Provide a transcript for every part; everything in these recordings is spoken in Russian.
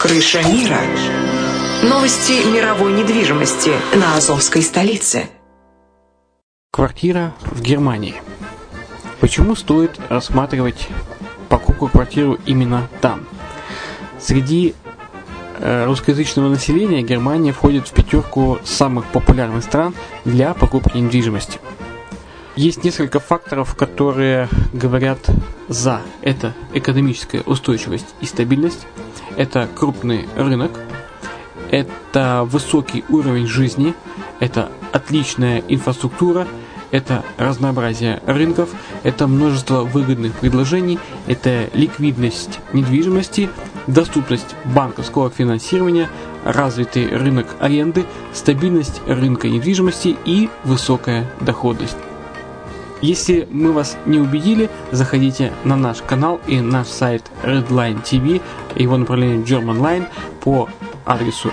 Крыша мира. Новости мировой недвижимости на Азовской столице. Квартира в Германии. Почему стоит рассматривать покупку квартиры именно там? Среди русскоязычного населения Германия входит в пятерку самых популярных стран для покупки недвижимости. Есть несколько факторов, которые говорят за. Это экономическая устойчивость и стабильность, это крупный рынок, это высокий уровень жизни, это отличная инфраструктура, это разнообразие рынков, это множество выгодных предложений, это ликвидность недвижимости, доступность банковского финансирования, развитый рынок аренды, стабильность рынка недвижимости и высокая доходность. Если мы вас не убедили, заходите на наш канал и наш сайт Redline TV, его направление German Line по адресу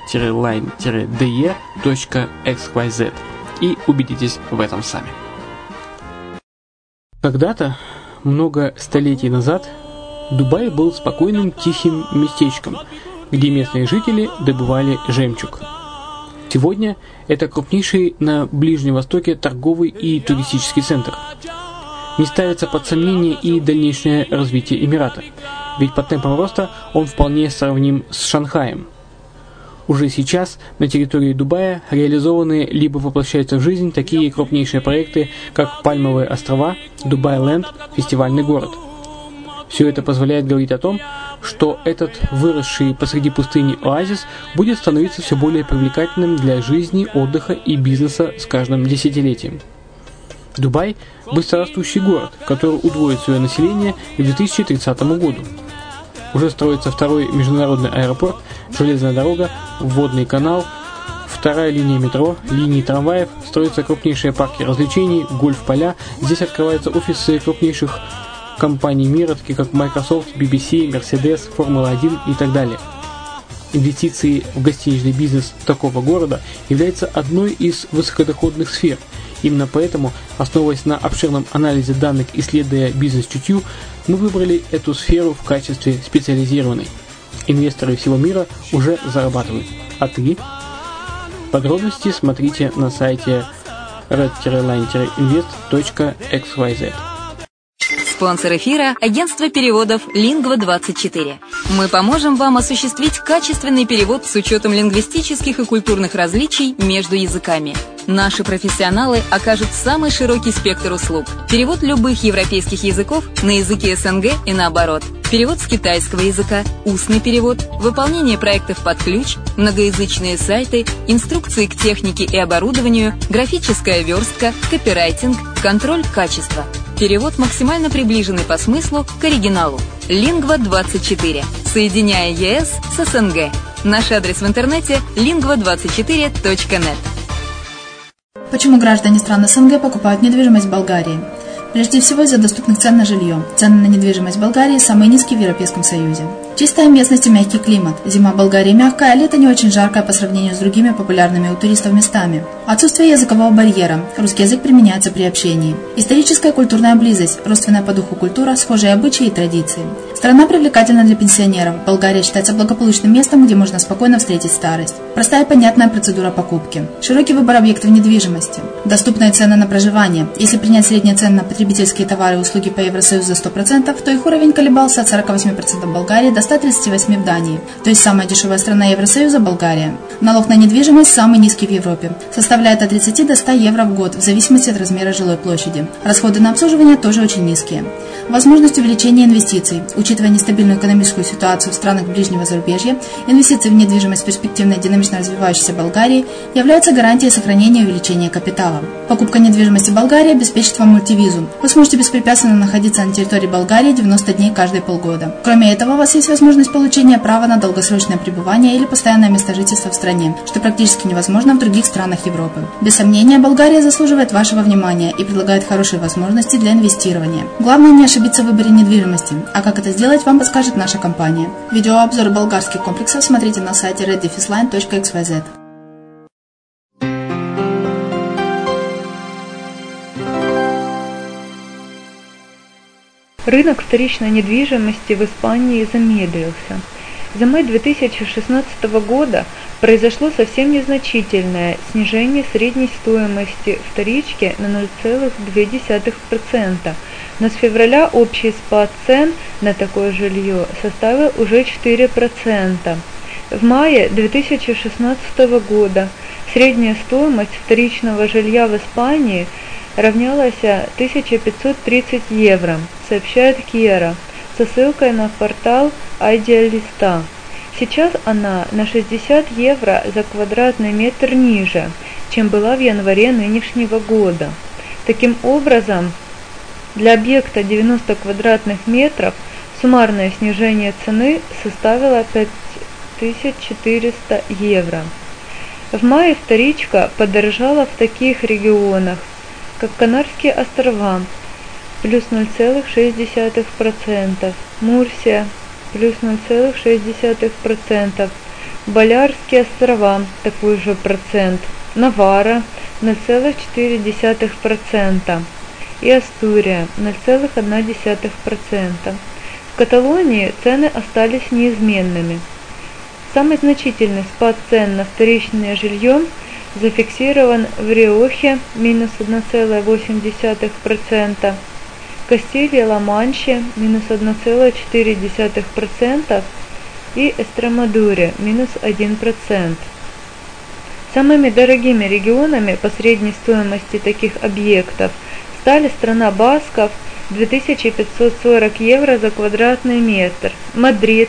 red-line-de.xyz и убедитесь в этом сами. Когда-то, много столетий назад, Дубай был спокойным тихим местечком, где местные жители добывали жемчуг. Сегодня это крупнейший на Ближнем Востоке торговый и туристический центр. Не ставится под сомнение и дальнейшее развитие Эмирата, ведь по темпам роста он вполне сравним с Шанхаем. Уже сейчас на территории Дубая реализованы либо воплощаются в жизнь такие крупнейшие проекты, как Пальмовые острова, Дубай-Ленд, фестивальный город. Все это позволяет говорить о том, что этот выросший посреди пустыни оазис будет становиться все более привлекательным для жизни, отдыха и бизнеса с каждым десятилетием. Дубай – быстрорастущий город, который удвоит свое население к 2030 году. Уже строится второй международный аэропорт, железная дорога, водный канал, вторая линия метро, линии трамваев, строятся крупнейшие парки развлечений, гольф-поля, здесь открываются офисы крупнейших компаний мира, такие как Microsoft, BBC, Mercedes, Формула-1 и так далее. Инвестиции в гостиничный бизнес такого города являются одной из высокодоходных сфер. Именно поэтому, основываясь на обширном анализе данных, исследуя бизнес-чутью, мы выбрали эту сферу в качестве специализированной. Инвесторы всего мира уже зарабатывают. А ты? Подробности смотрите на сайте red-line-invest.xyz. Спонсор эфира – агентство переводов Lingua24. Мы поможем вам осуществить качественный перевод с учетом лингвистических и культурных различий между языками. Наши профессионалы окажут самый широкий спектр услуг. Перевод любых европейских языков на языки СНГ и наоборот. Перевод с китайского языка, устный перевод, выполнение проектов под ключ, многоязычные сайты, инструкции к технике и оборудованию, графическая верстка, копирайтинг, контроль качества. Перевод максимально приближенный по смыслу к оригиналу. Lingua24. Соединяя ЕС с СНГ. Наш адрес в интернете lingua24.net. Почему граждане стран СНГ покупают недвижимость в Болгарии? Прежде всего из-за доступных цен на жилье. Цены на недвижимость в Болгарии самые низкие в Европейском Союзе. Чистая местность и мягкий климат. Зима в Болгарии мягкая, а лето не очень жаркое по сравнению с другими популярными у туристов местами. Отсутствие языкового барьера. Русский язык применяется при общении. Историческая и культурная близость. Родственная по духу культура, схожие обычаи и традиции. Страна привлекательна для пенсионеров. Болгария считается благополучным местом, где можно спокойно встретить старость. Простая и понятная процедура покупки. Широкий выбор объектов недвижимости. Доступные цены на проживание. Если принять средние цены на потребительские товары и услуги по Евросоюзу за 100%, то их уровень колебался от 48% в Болгарии до 138% в Дании. То есть самая дешевая страна Евросоюза – Болгария. Налог на недвижимость самый низкий в Европе. Составляет от 30 до 100 евро в год, в зависимости от размера жилой площади. Расходы на обслуживание тоже очень низкие. Возможность увеличения инвестиций. Учитывая нестабильную экономическую ситуацию в странах ближнего зарубежья, инвестиции в недвижимость в перспективной динамично развивающейся Болгарии являются гарантией сохранения и увеличения капитала. Покупка недвижимости в Болгарии обеспечит вам мультивизу. Вы сможете беспрепятственно находиться на территории Болгарии 90 дней каждые полгода. Кроме этого, у вас есть возможность получения права на долгосрочное пребывание или постоянное место жительства в стране, что практически невозможно в других странах Европы. Без сомнения, Болгария заслуживает вашего внимания и предлагает хорошие возможности для инвестирования. Главное не ошибиться в выборе недвижимости, а как это сделать, вам подскажет наша компания. Видеообзор болгарских комплексов смотрите на сайте red-line.xyz. Рынок вторичной недвижимости в Испании замедлился. Зимой 2016 года произошло совсем незначительное снижение средней стоимости вторички на 0,2%, но с февраля общий спад цен на такое жилье составил уже 4%. В мае 2016 года средняя стоимость вторичного жилья в Испании равнялась 1530 евро, сообщает Кьера, со ссылкой на портал Idealista. Сейчас она на 60 евро за квадратный метр ниже, чем была в январе нынешнего года. Таким образом, для объекта 90 квадратных метров суммарное снижение цены составило 5400 евро. В мае вторичка подорожала в таких регионах, как Канарские острова, плюс 0,6%, Мурсия, плюс 0,6%, Балеарские острова, такой же процент, Наварра, 0,4%, и Астурия, 0,1%. В Каталонии цены остались неизменными. Самый значительный спад цен на вторичное жилье зафиксирован в Риохе, минус 1,8%, Кастилье-Ла-Манче, минус 1,4% и Эстремадуре, минус 1%. Самыми дорогими регионами по средней стоимости таких объектов стали страна Басков, 2540 евро за квадратный метр, Мадрид,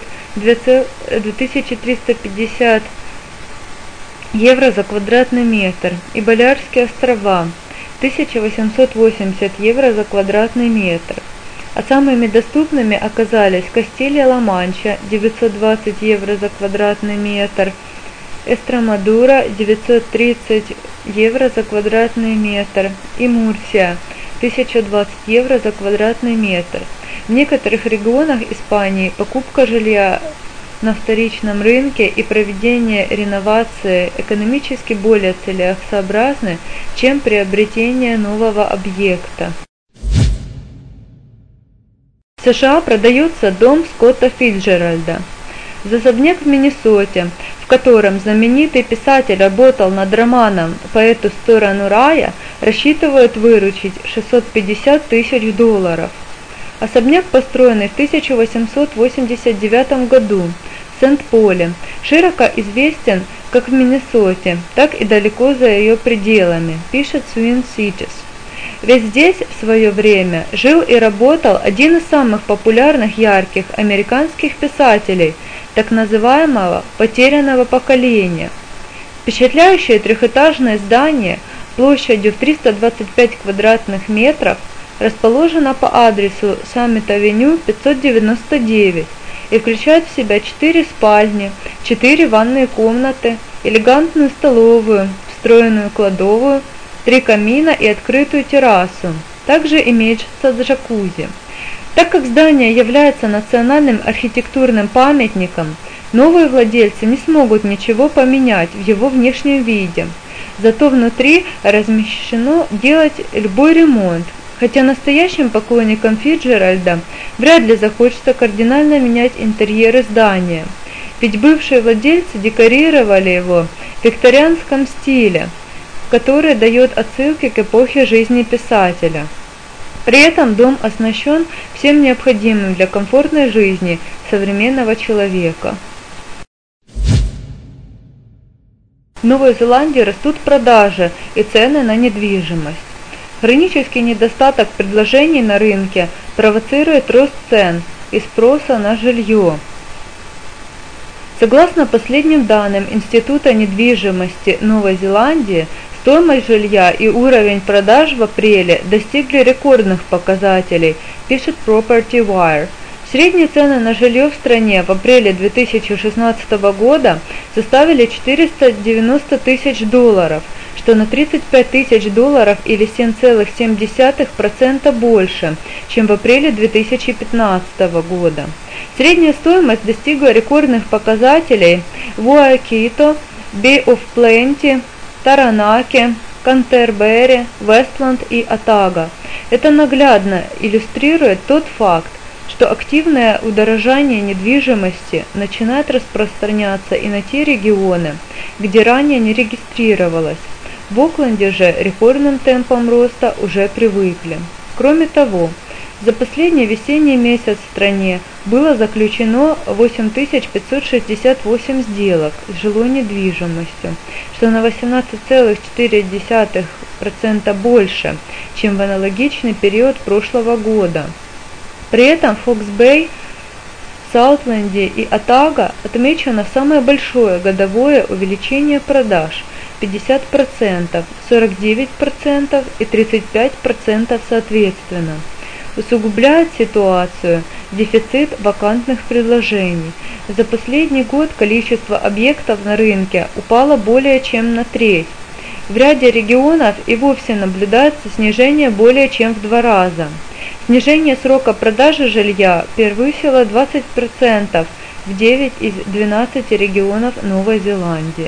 2350 евро за квадратный метр и Балеарские острова, 1880 евро за квадратный метр. А самыми доступными оказались Кастилья-Ла-Манча, 920 евро за квадратный метр, Эстремадура, 930 евро за квадратный метр и Мурсия, 1020 евро за квадратный метр. В некоторых регионах Испании покупка жилья на вторичном рынке и проведение реновации экономически более целесообразны, чем приобретение нового объекта. В США продается дом Скотта Фицджеральда. За особняк в Миннесоте, в котором знаменитый писатель работал над романом «По эту сторону рая», рассчитывают выручить $650 тысяч. Особняк, построенный в 1889 году в Сент-Поле, широко известен как в Миннесоте, так и далеко за ее пределами, пишет Twin Cities. Ведь здесь в свое время жил и работал один из самых популярных ярких американских писателей, так называемого «потерянного поколения». Впечатляющее трехэтажное здание площадью в 325 квадратных метров расположено по адресу Саммит-авеню 599 и включает в себя 4 спальни, 4 ванные комнаты, элегантную столовую, встроенную кладовую, 3 камина и открытую террасу. Также имеется джакузи. Так как здание является национальным архитектурным памятником, новые владельцы не смогут ничего поменять в его внешнем виде. Зато внутри размещено делать любой ремонт, хотя настоящим поклонникам Фицджеральда вряд ли захочется кардинально менять интерьеры здания, ведь бывшие владельцы декорировали его в викторианском стиле, который дает отсылки к эпохе жизни писателя. При этом дом оснащен всем необходимым для комфортной жизни современного человека. В Новой Зеландии растут продажи и цены на недвижимость. Хронический недостаток предложений на рынке провоцирует рост цен и спроса на жилье. Согласно последним данным Института недвижимости Новой Зеландии, стоимость жилья и уровень продаж в апреле достигли рекордных показателей, пишет Property Wire. Средние цены на жилье в стране в апреле 2016 года составили $490 тысяч, что на $35 тысяч или 7,7% больше, чем в апреле 2015 года. Средняя стоимость достигла рекордных показателей в Уайкито, Bay of Plenty, Таранаке, Кантербери, Вестланд и Отага. Это наглядно иллюстрирует тот факт, что активное удорожание недвижимости начинает распространяться и на те регионы, где ранее не регистрировалось. В Окленде же рекордным темпам роста уже привыкли. Кроме того, за последний весенний месяц в стране было заключено 8568 сделок с жилой недвижимостью, что на 18,4% больше, чем в аналогичный период прошлого года. При этом в Фокс-Бэй, Саутленде и Отаго отмечено самое большое годовое увеличение продаж – 50%, 49% и 35% соответственно. Усугубляет ситуацию дефицит вакантных предложений. За последний год количество объектов на рынке упало более чем на треть. В ряде регионов и вовсе наблюдается снижение более чем в 2 раза. Снижение срока продажи жилья превысило 20% в 9 из 12 регионов Новой Зеландии.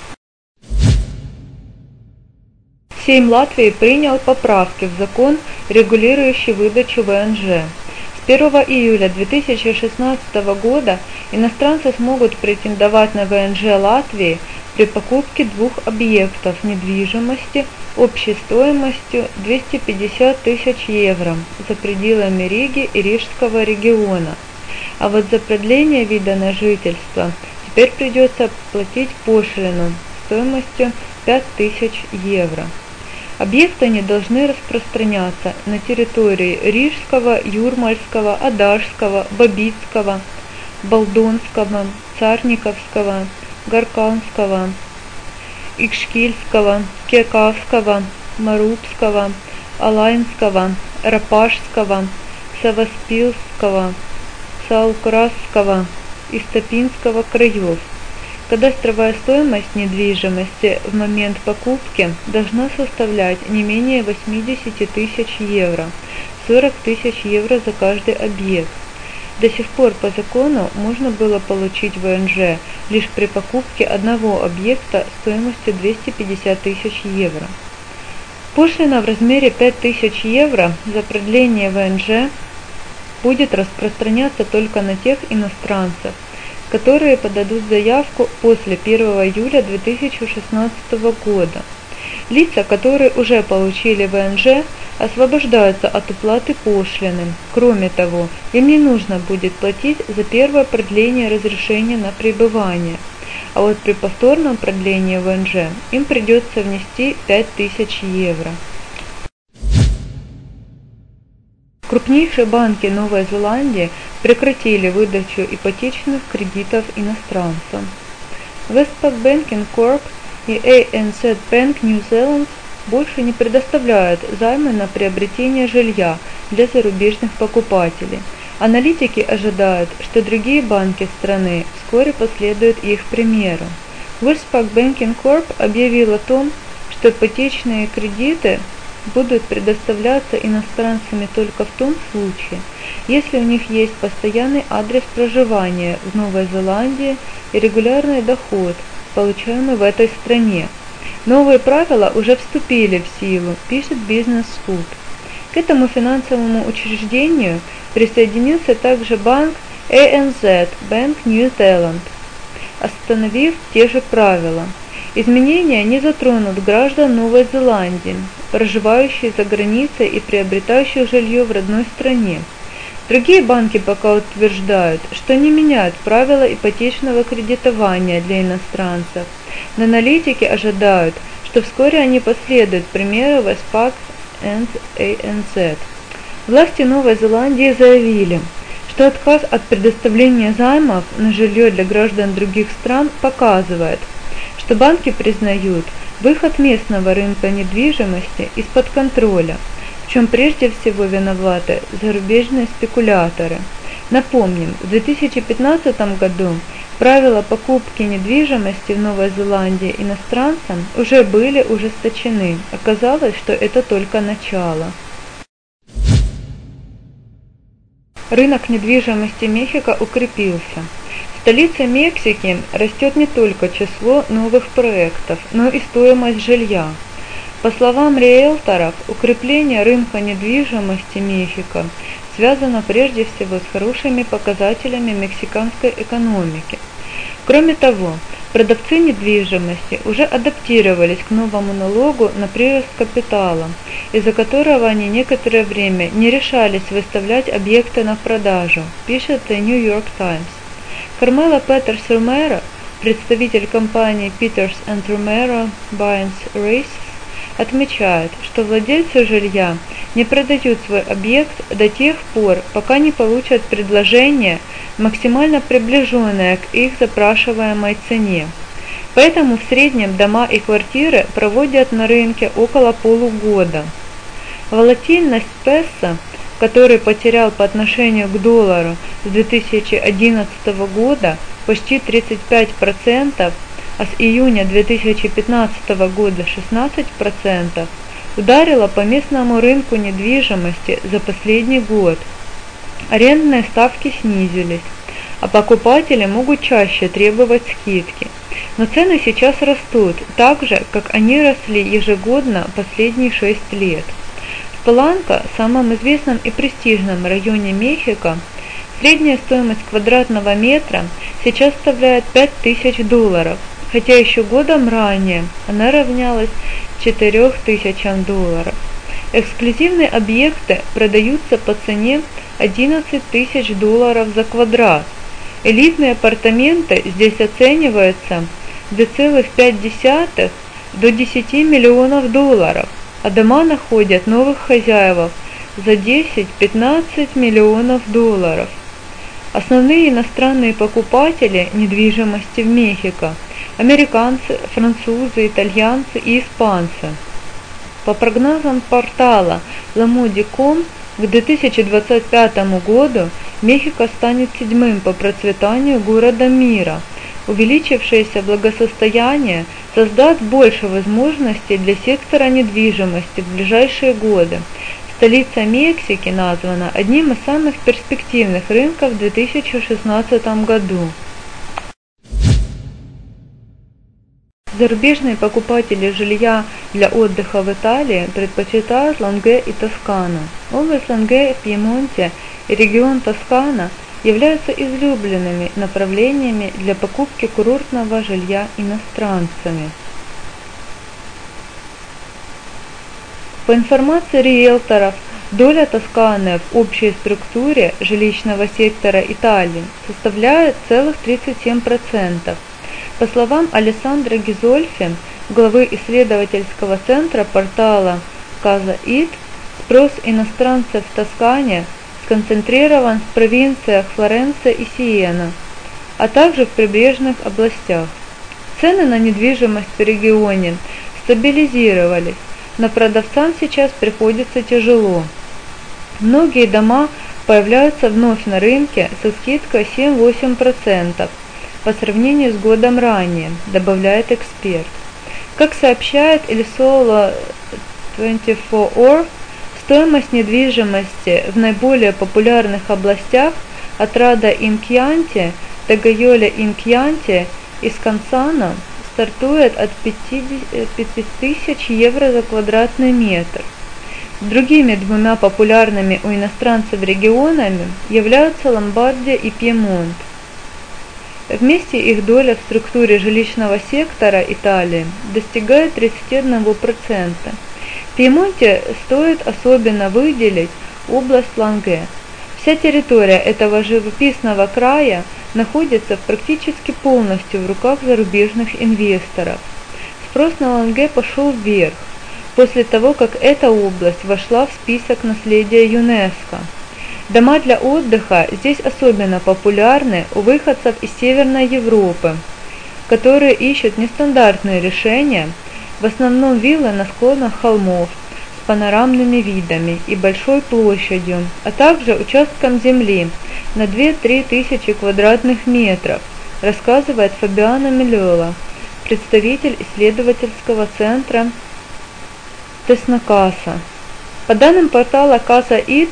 Сейм Латвии принял поправки в закон, регулирующий выдачу ВНЖ. С 1 июля 2016 года иностранцы смогут претендовать на ВНЖ Латвии при покупке 2 объектов недвижимости общей стоимостью 250 тысяч евро за пределами Риги и Рижского региона. А вот за продление вида на жительство теперь придется платить пошлину стоимостью 5000 евро. Объекты не должны распространяться на территории Рижского, Юрмальского, Адашского, Бабицкого, Балдонского, Царниковского, Гарканского, Икшкильского, Кекавского, Марубского, Алайнского, Рапашского, Саваспилского, Саукрасского и Стопинского краев. Кадастровая стоимость недвижимости в момент покупки должна составлять не менее 80 тысяч евро, 40 тысяч евро за каждый объект. До сих пор по закону можно было получить ВНЖ лишь при покупке одного объекта стоимостью 250 тысяч евро. Пошлина в размере 5000 евро за продление ВНЖ будет распространяться только на тех иностранцев, которые подадут заявку после 1 июля 2016 года. Лица, которые уже получили ВНЖ, освобождаются от уплаты пошлины. Кроме того, им не нужно будет платить за первое продление разрешения на пребывание, а вот при повторном продлении ВНЖ им придется внести 5000 евро. Крупнейшие банки Новой Зеландии прекратили выдачу ипотечных кредитов иностранцам. Westpac Banking Corp и ANZ Bank New Zealand больше не предоставляют займы на приобретение жилья для зарубежных покупателей. Аналитики ожидают, что другие банки страны вскоре последуют их примеру. Westpac Banking Corp объявил о том, что ипотечные кредиты будут предоставляться иностранцами только в том случае, если у них есть постоянный адрес проживания в Новой Зеландии и регулярный доход, получаемый в этой стране. Новые правила уже вступили в силу, пишет Business Food. К этому финансовому учреждению присоединился также банк ANZ Bank New Zealand, остановив те же правила. Изменения не затронут граждан Новой Зеландии, проживающих за границей и приобретающих жилье в родной стране. Другие банки пока утверждают, что не меняют правила ипотечного кредитования для иностранцев, но аналитики ожидают, что вскоре они последуют примеру Westpac и ANZ. Власти Новой Зеландии заявили, что отказ от предоставления займов на жилье для граждан других стран показывает, что банки признают выход местного рынка недвижимости из-под контроля, в чем прежде всего виноваты зарубежные спекуляторы. Напомним, в 2015 году правила покупки недвижимости в Новой Зеландии иностранцам уже были ужесточены. Оказалось, что это только начало. Рынок недвижимости Мехико укрепился. В столице Мексики растет не только число новых проектов, но и стоимость жилья. По словам риэлторов, укрепление рынка недвижимости Мехико связано прежде всего с хорошими показателями мексиканской экономики. Кроме того, продавцы недвижимости уже адаптировались к новому налогу на прирост капитала, из-за которого они некоторое время не решались выставлять объекты на продажу, пишет The New York Times. Кармела Петерс-Ромеро, представитель компании Peters & Romero Buyers Races, отмечает, что владельцы жилья не продают свой объект до тех пор, пока не получат предложение, максимально приближенное к их запрашиваемой цене. Поэтому в среднем дома и квартиры проводят на рынке около полугода. Волатильность песо, который потерял по отношению к доллару с 2011 года почти 35%, а с июня 2015 года 16%, ударила по местному рынку недвижимости за последний год. Арендные ставки снизились, а покупатели могут чаще требовать скидки. Но цены сейчас растут так же, как они росли ежегодно последние 6 лет. В Паланко, самом известном и престижном районе Мехико, средняя стоимость квадратного метра сейчас составляет $5000, хотя еще годом ранее она равнялась $4000. Эксклюзивные объекты продаются по цене $11 000 за квадрат. Элитные апартаменты здесь оцениваются в 2,5 до $10 миллионов, а дома находят новых хозяев за 10-15 миллионов долларов. Основные иностранные покупатели недвижимости в Мехико – американцы, французы, итальянцы и испанцы. По прогнозам портала Lamodi.com, к 2025 году Мехико станет 7-м по процветанию городом мира. Увеличившееся благосостояние создаст больше возможностей для сектора недвижимости в ближайшие годы. Столица Мексики названа одним из самых перспективных рынков в 2016 году. Зарубежные покупатели жилья для отдыха в Италии предпочитают Ланге и Тоскану. Область Ланге в Пьемонте и регион Тоскана являются излюбленными направлениями для покупки курортного жилья иностранцами. По информации риэлторов, доля Тосканы в общей структуре жилищного сектора Италии составляет целых 37%. По словам Алессандро Гизольфи, главы исследовательского центра портала Casa It, спрос иностранцев в Тоскане сконцентрирован в провинциях Флоренция и Сиена, а также в прибрежных областях. Цены на недвижимость в регионе стабилизировались, но продавцам сейчас приходится тяжело. Многие дома появляются вновь на рынке со скидкой 7-8% по сравнению с годом ранее, добавляет эксперт. Как сообщает Il Sole 24 Hour, стоимость недвижимости в наиболее популярных областях от Рада ин Кьянти до Гайоля ин Кьянти и Скансано стартует от 5000 евро за квадратный метр. Другими двумя популярными у иностранцев регионами являются Ломбардия и Пьемонт. Вместе их доля в структуре жилищного сектора Италии достигает 31%. В Пьемонте стоит особенно выделить область Ланге. Вся территория этого живописного края находится практически полностью в руках зарубежных инвесторов. Спрос на Ланге пошел вверх после того, как эта область вошла в список наследия ЮНЕСКО. Дома для отдыха здесь особенно популярны у выходцев из Северной Европы, которые ищут нестандартные решения, в основном виллы на склонах холмов с панорамными видами и большой площадью, а также участком земли на 2-3 тысячи квадратных метров, рассказывает Фабиано Мелиола, представитель исследовательского центра Теснокаса. По данным портала Casa It,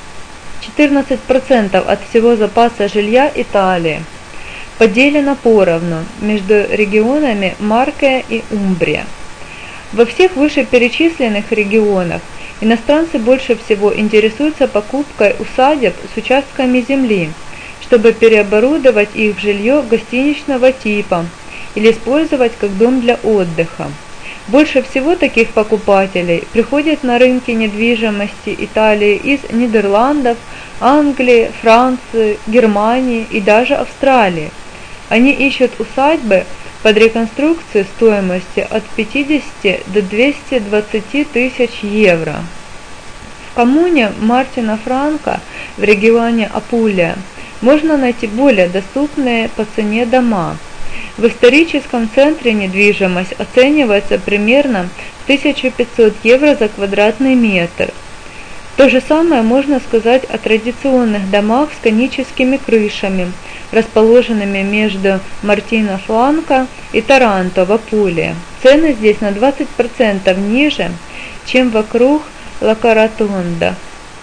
14% от всего запаса жилья Италии поделено поровну между регионами Марке и Умбрия. Во всех вышеперечисленных регионах Иностранцы больше всего интересуются покупкой усадеб с участками земли, чтобы переоборудовать их в жилье гостиничного типа или использовать как дом для отдыха. Больше всего таких покупателей приходят на рынки недвижимости Италии из Нидерландов, Англии, Франции, Германии и даже Австралии. Они ищут усадьбы под реконструкцию стоимостью от 50 до 220 тысяч евро. В коммуне Мартина Франка в регионе Апулия можно найти более доступные по цене дома. В историческом центре недвижимость оценивается примерно в 1500 евро за квадратный метр. То же самое можно сказать о традиционных домах с коническими крышами, расположенными между Мартина Франка и Таранто в Апулии. Цены здесь на 20% ниже, чем вокруг Ла-Каратонда.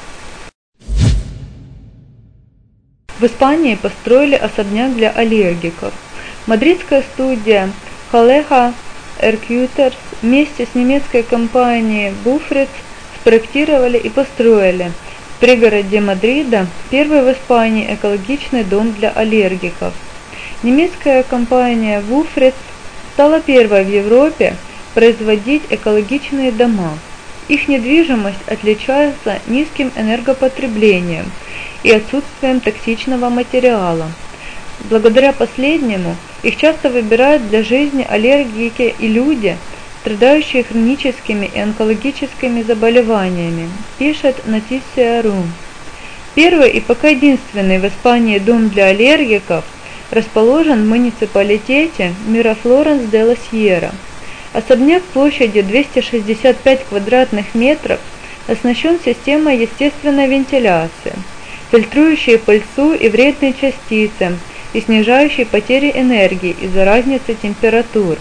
В Испании построили особняк для аллергиков. Мадридская студия Халеха Эркьютерс вместе с немецкой компанией Буфриц спроектировали и построили в пригороде Мадрида первый в Испании экологичный дом для аллергиков. Немецкая компания Буфриц стала первой в Европе производить экологичные дома. Их недвижимость отличается низким энергопотреблением и отсутствием токсичного материала. Благодаря последнему их часто выбирают для жизни аллергики и люди, страдающие хроническими и онкологическими заболеваниями, пишет Noticia.ru. Первый и пока единственный в Испании дом для аллергиков расположен в муниципалитете Мирафлоренс де ла Сьерра. Особняк площадью 265 квадратных метров оснащен системой естественной вентиляции, фильтрующей пыльцу и вредные частицы и снижающей потери энергии из-за разницы температур.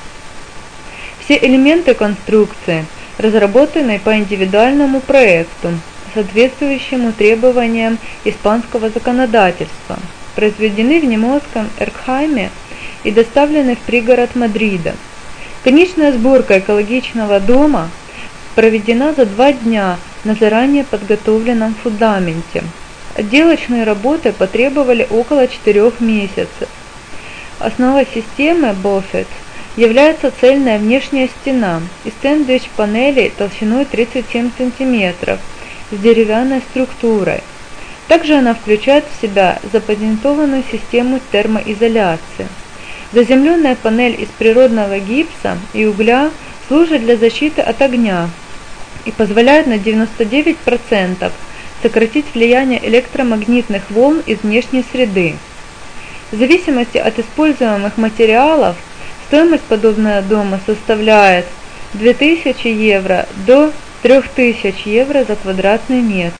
Все элементы конструкции разработаны по индивидуальному проекту, соответствующему требованиям испанского законодательства, произведены в немецком Эркхайме и доставлены в пригород Мадрида. Конечная сборка экологичного дома проведена за 2 дня на заранее подготовленном фундаменте. Отделочные работы потребовали около 4 месяцев. Основой системы Buffet является цельная внешняя стена из сэндвич-панелей толщиной 37 см с деревянной структурой. Также она включает в себя запатентованную систему термоизоляции. Заземленная панель из природного гипса и угля служит для защиты от огня и позволяет на 99% сократить влияние электромагнитных волн из внешней среды. В зависимости от используемых материалов стоимость подобного дома составляет 2000 евро до 3000 евро за квадратный метр.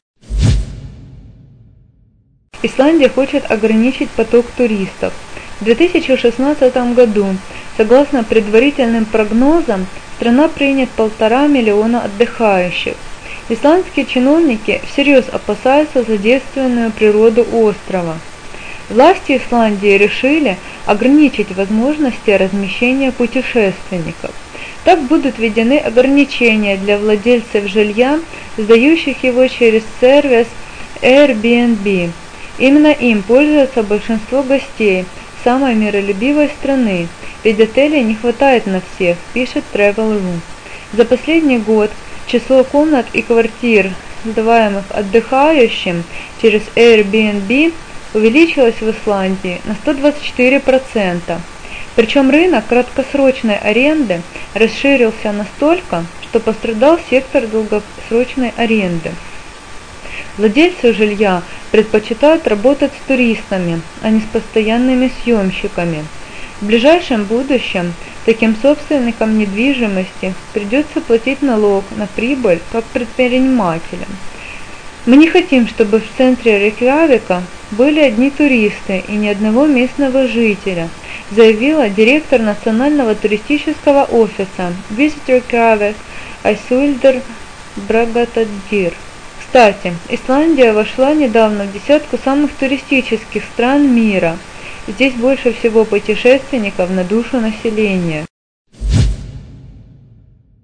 Исландия хочет ограничить поток туристов. В 2016 году, согласно предварительным прогнозам, страна примет 1,5 миллиона отдыхающих. Исландские чиновники всерьез опасаются за девственную природу острова. Власти Исландии решили ограничить возможности размещения путешественников. Так будут введены ограничения для владельцев жилья, сдающих его через сервис Airbnb. Именно им пользуется большинство гостей самой миролюбивой страны, ведь отелей не хватает на всех, пишет Travel.ru. За последний год число комнат и квартир, сдаваемых отдыхающим через Airbnb, увеличилось в Исландии на 124%. Причем рынок краткосрочной аренды расширился настолько, что пострадал сектор долгосрочной аренды. Владельцы жилья предпочитают работать с туристами, а не с постоянными съемщиками. В ближайшем будущем таким собственникам недвижимости придется платить налог на прибыль как предпринимателям. Мы не хотим, чтобы в центре Рейкьявика были одни туристы и ни одного местного жителя, заявила директор Национального туристического офиса Visit Reykjavik Айсульдер Брагатадир. Кстати, Исландия вошла недавно в десятку самых туристических стран мира. Здесь больше всего путешественников на душу населения.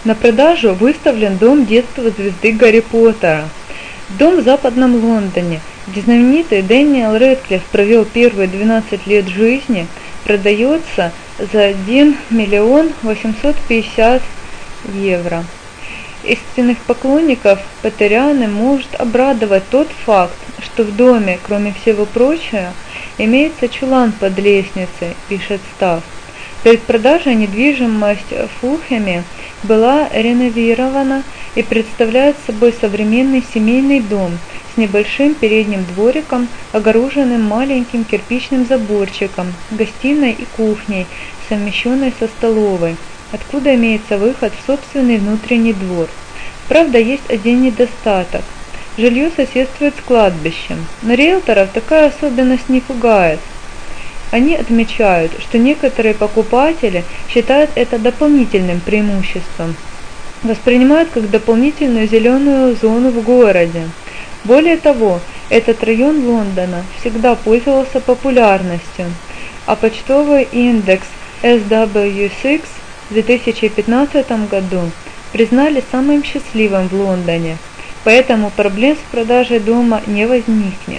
На продажу выставлен дом детства звезды Гарри Поттера. Дом в Западном Лондоне, где знаменитый Дэниел Рэдклифф провел первые 12 лет жизни, продается за 1 850 000 евро. Истинных поклонников Поттерианы может обрадовать тот факт, что в доме, кроме всего прочего, имеется чулан под лестницей, пишет Став. Перед продажей недвижимость в Фулхэме была реновирована и представляет собой современный семейный дом с небольшим передним двориком, огороженным маленьким кирпичным заборчиком, гостиной и кухней, совмещенной со столовой, откуда имеется выход в собственный внутренний двор. Правда, есть один недостаток. Жилье соседствует с кладбищем, но риэлторов такая особенность не пугает. Они отмечают, что некоторые покупатели считают это дополнительным преимуществом, воспринимают как дополнительную зеленую зону в городе. Более того, этот район Лондона всегда пользовался популярностью, а почтовый индекс SW6 в 2015 году признали самым счастливым в Лондоне, поэтому проблем с продажей дома не возникнет.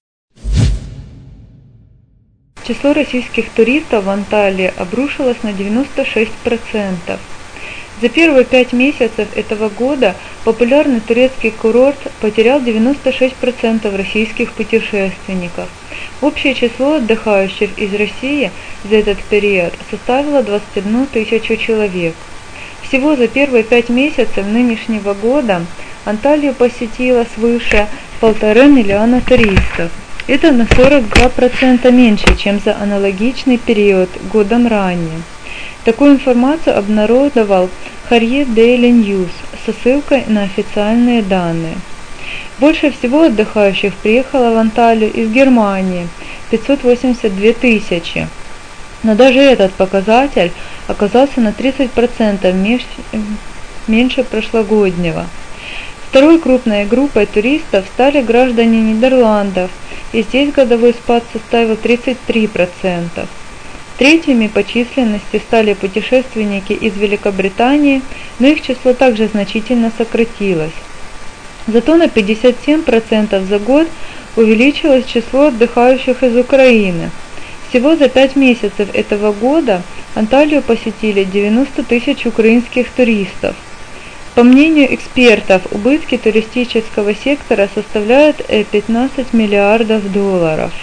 Число российских туристов в Анталии обрушилось на 96%. За первые 5 месяцев этого года популярный турецкий курорт потерял 96% российских путешественников. Общее число отдыхающих из России за этот период составило 21 000 человек. Всего за первые 5 месяцев нынешнего года Анталию посетило свыше 1,5 миллиона туристов. Это на 42% меньше, чем за аналогичный период годом ранее. Такую информацию обнародовал Harriet Daily News со ссылкой на официальные данные. Больше всего отдыхающих приехало в Анталию из Германии – 582 000. Но даже этот показатель оказался на 30% меньше прошлогоднего. Второй крупной группой туристов стали граждане Нидерландов, и здесь годовой спад составил 33%. Третьими по численности стали путешественники из Великобритании, но их число также значительно сократилось. Зато на 57% за год увеличилось число отдыхающих из Украины. Всего за 5 месяцев этого года Анталию посетили 90 000 украинских туристов. По мнению экспертов, убытки туристического сектора составляют 15 миллиардов долларов.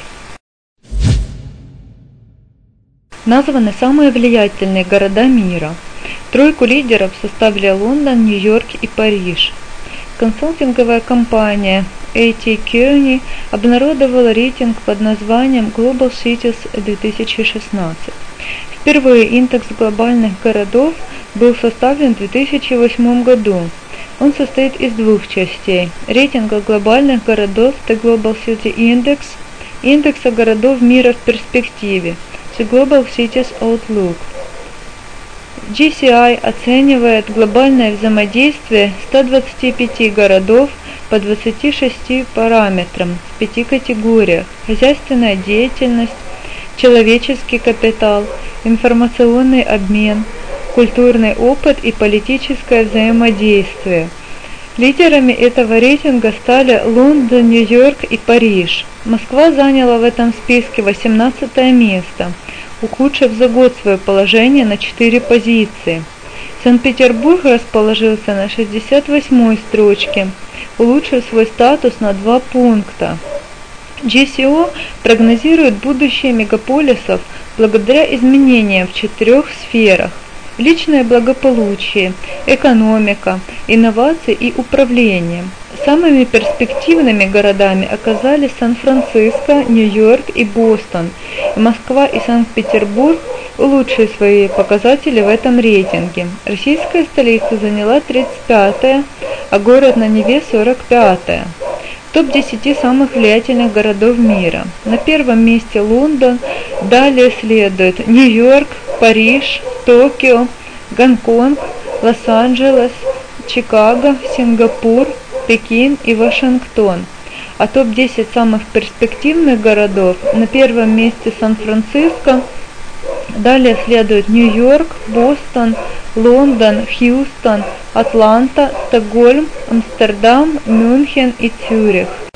Названы самые влиятельные города мира. Тройку лидеров составили Лондон, Нью-Йорк и Париж. Консалтинговая компания A.T. Kearney обнародовала рейтинг под названием Global Cities 2016. Впервые индекс глобальных городов был составлен в 2008 году. Он состоит из двух частей – рейтинга глобальных городов The Global City Index и индекса городов мира в перспективе The Global Cities Outlook. GCI оценивает глобальное взаимодействие 125 городов по 26 параметрам в 5 категориях – хозяйственная деятельность, человеческий капитал, информационный обмен, культурный опыт и политическое взаимодействие. Лидерами этого рейтинга стали Лондон, Нью-Йорк и Париж. Москва заняла в этом списке 18 место, ухудшив за год свое положение на 4 позиции. Санкт-Петербург расположился на 68-й строчке, улучшив свой статус на 2 пункта. GCO прогнозирует будущее мегаполисов благодаря изменениям в 4 сферах: личное благополучие, экономика, инновации и управление. Самыми перспективными городами оказались Сан-Франциско, Нью-Йорк и Бостон. Москва и Санкт-Петербург улучшили свои показатели в этом рейтинге. Российская столица заняла 35-е, а город на Неве 45-е. Топ-10 самых влиятельных городов мира. На первом месте Лондон, далее следуют Нью-Йорк, Париж, Токио, Гонконг, Лос-Анджелес, Чикаго, Сингапур, Пекин и Вашингтон. А топ-10 самых перспективных городов: на первом месте Сан-Франциско, далее следуют Нью-Йорк, Бостон, Лондон, Хьюстон, Атланта, Стокгольм, Амстердам, Мюнхен и Цюрих.